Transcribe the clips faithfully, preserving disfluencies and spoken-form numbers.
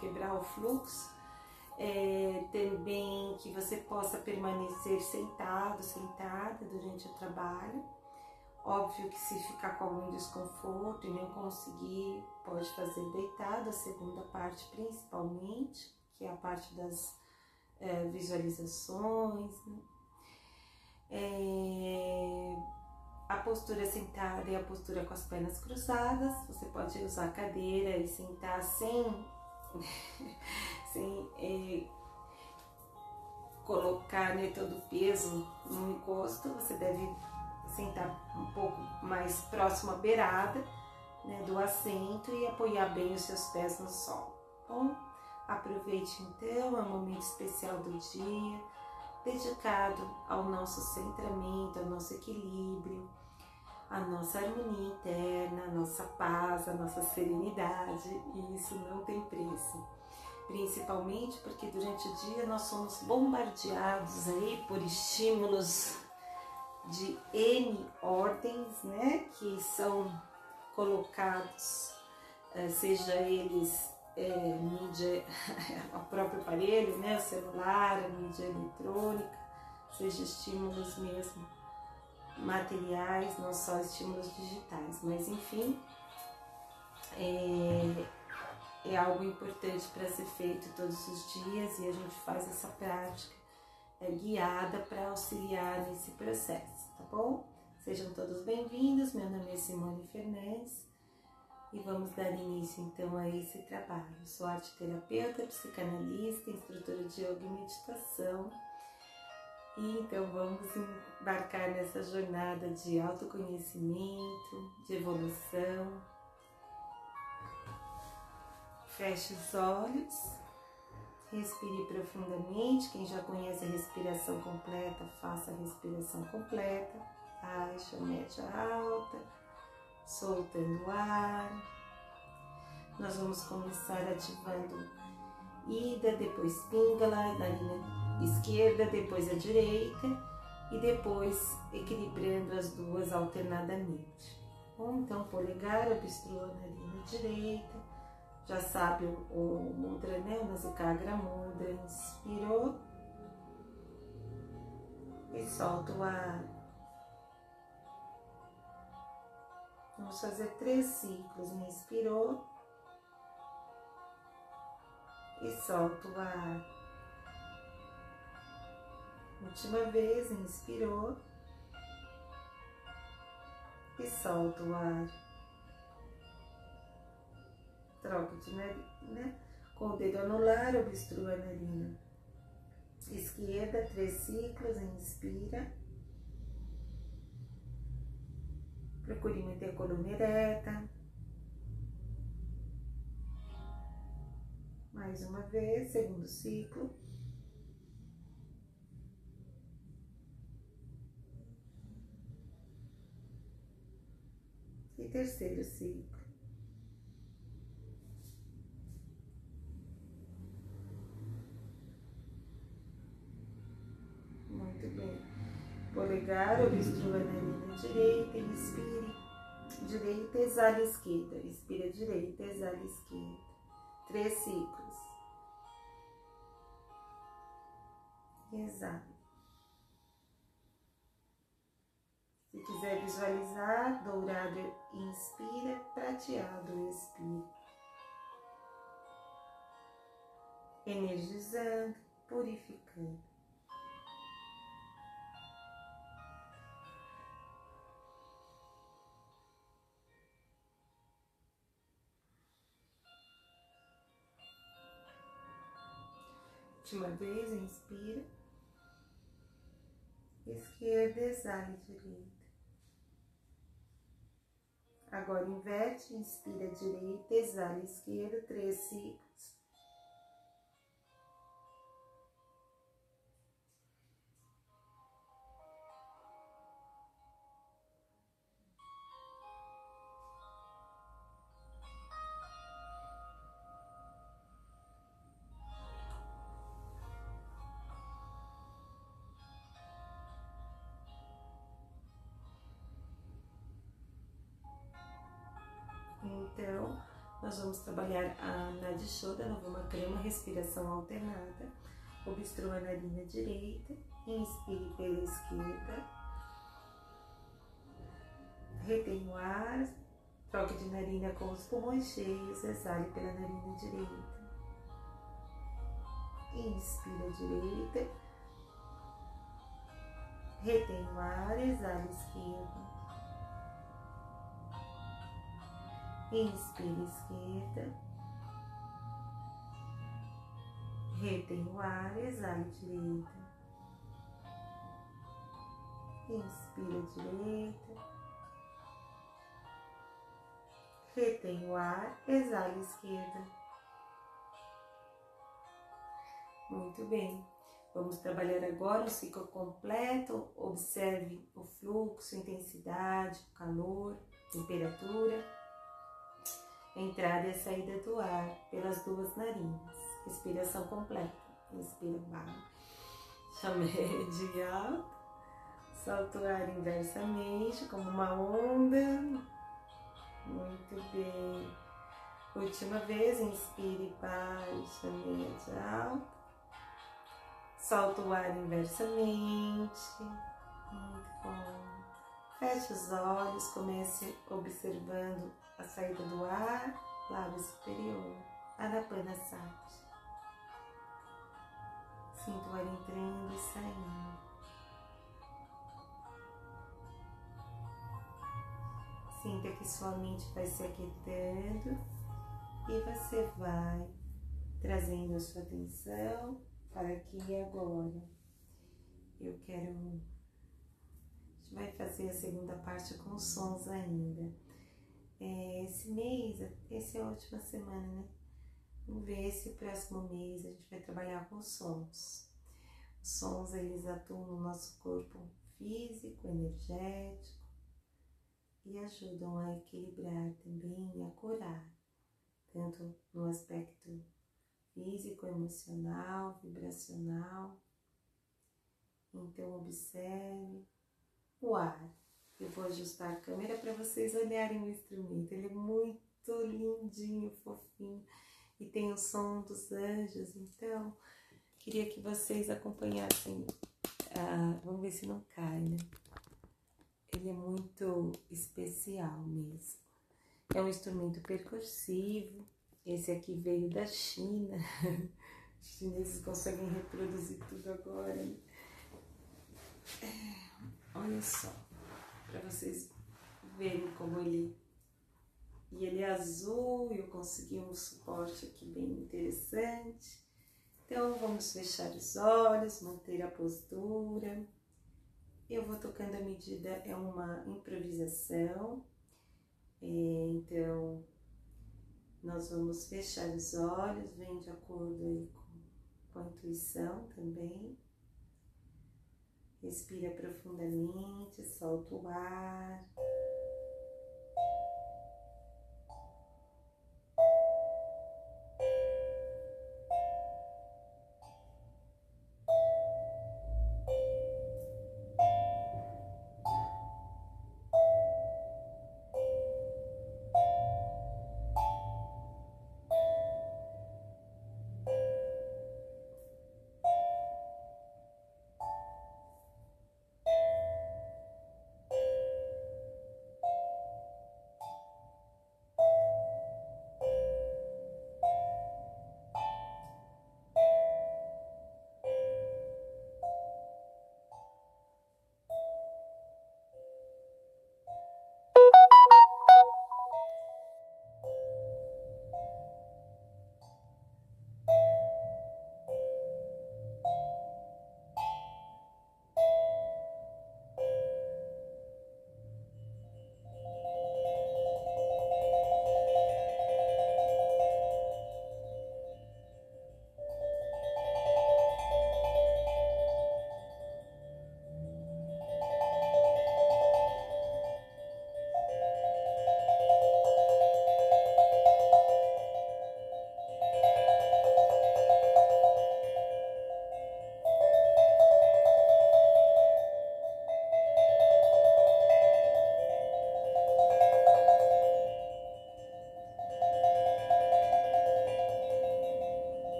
quebrar o fluxo. É, também que você possa permanecer sentado, sentada durante o trabalho. Óbvio que se ficar com algum desconforto e não conseguir, pode fazer deitado, a segunda parte principalmente, que é a parte das é, visualizações, né? É, a postura sentada é a postura com as pernas cruzadas. Você pode usar a cadeira e sentar sem, sem é, colocar, né, todo o peso no encosto. Você deve sentar um pouco mais próximo à beirada, né, do assento e apoiar bem os seus pés no solo. Bom, aproveite então, é um momento especial do dia, dedicado ao nosso centramento, ao nosso equilíbrio, à nossa harmonia interna, à nossa paz, à nossa serenidade, e isso não tem preço. Principalmente porque durante o dia nós somos bombardeados aí por estímulos de N ordens, né, que são colocados, seja eles é, mídia, o próprio aparelho, né, o celular, a mídia eletrônica, seja estímulos mesmo materiais, não só estímulos digitais, mas enfim, é, é algo importante para ser feito todos os dias, e a gente faz essa prática é, guiada para auxiliar nesse processo, tá bom? Sejam todos bem-vindos, meu nome é Simone Fernandes e vamos dar início então a esse trabalho. Eu sou arte-terapeuta, psicanalista, instrutora de yoga e meditação, e então vamos embarcar nessa jornada de autoconhecimento, de evolução. Feche os olhos, respire profundamente. Quem já conhece a respiração completa, faça a respiração completa, baixa, média, alta, soltando o ar. Nós vamos começar ativando Ida, depois Pingala, narina esquerda, depois a direita, e depois equilibrando as duas alternadamente. Bom, então polegar, obstrua a narina direita. Já sabe o, o mudra, né? O Nasikagra Mudra. Inspirou e solta o ar. Vamos fazer três ciclos. Inspirou e solta o ar. Última vez, inspirou e solta o ar. Troca de narina, né? Com o dedo anular, obstrua a narina esquerda, três ciclos, inspira. Procure manter a coluna ereta. Mais uma vez, segundo ciclo. E terceiro ciclo. Muito bem. Polegar, obstrua a narina direita, inspire. Direita, exala esquerda. Inspira direita, exala esquerda. Três ciclos. Exala. Se quiser visualizar, dourado inspira, prateado expira. Energizando, purificando. Última vez, inspira. Esquerda, exala direita. Agora inverte, inspira direita, exala esquerda, três ciclos. Então, nós vamos trabalhar a Nadishoda, Navamakrama, respiração alternada. Obstrua a narina direita, inspire pela esquerda, retém o ar, troque de narina com os pulmões cheios, exale pela narina direita. Inspira a direita, retém o ar, exala a esquerda. Inspira a esquerda, retém o ar, exala a direita. Inspira a direita, retém o ar, exala a esquerda. Muito bem. Vamos trabalhar agora o ciclo completo. Observe o fluxo, a intensidade, o calor, a temperatura, a entrada e a saída do ar pelas duas narinas. Respiração completa. Inspira baixo, médio e alto. Solta o ar inversamente, como uma onda. Muito bem. Última vez, inspire baixo, médio e alto. Solta o ar inversamente. Muito bom. Feche os olhos, comece observando a saída do ar, lábio superior, Anapanasati. Sinta o ar entrando e saindo. Sinta que sua mente vai se aquietando e você vai trazendo a sua atenção para aqui e agora. Eu quero... A gente vai fazer a segunda parte com sons ainda. É, esse mês, essa é a última semana, né? Vamos ver se o próximo mês a gente vai trabalhar com sons. Os sons, eles atuam no nosso corpo físico, energético e ajudam a equilibrar também e a curar, tanto no aspecto físico, emocional, vibracional. Então observe o ar. Eu vou ajustar a câmera para vocês olharem o instrumento. Ele é muito lindinho, fofinho e tem o som dos anjos. Então queria que vocês acompanhassem. Ah, vamos ver se não cai, né? Ele é muito especial mesmo. É um instrumento percussivo. Esse aqui veio da China. Os chineses conseguem reproduzir tudo agora, né? É, olha só, para vocês verem como ele... E ele é azul e eu consegui um suporte aqui bem interessante. Então vamos fechar os olhos, manter a postura. Eu vou tocando à medida, é uma improvisação. É, então... Nós vamos fechar os olhos, vem de acordo aí com, com a intuição também. Respira profundamente, solta o ar.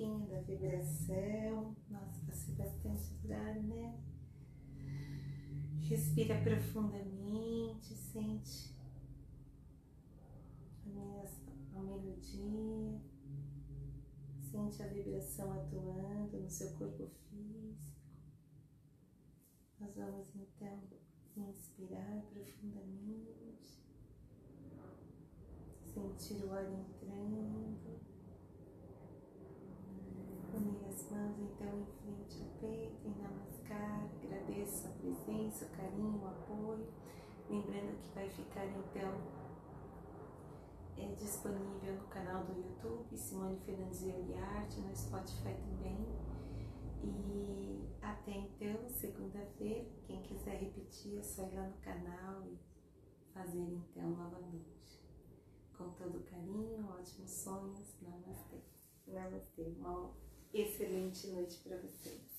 pouquinho da vibração. Nossa, passei bastante horário, né? Respira profundamente, sente a melodia, sente a vibração atuando no seu corpo físico. Nós vamos então inspirar profundamente, sentir o ar entrando, unir as mãos então em frente ao peito, em Namaskar, agradeço a presença, o carinho, o apoio, lembrando que vai ficar então é disponível no canal do YouTube, Simone Fernandes Arte, no Spotify também. E até então, segunda-feira, quem quiser repetir é só ir lá no canal e fazer então novamente. Com todo carinho, ótimos sonhos, namastê. Namastê, uma excelente noite para vocês.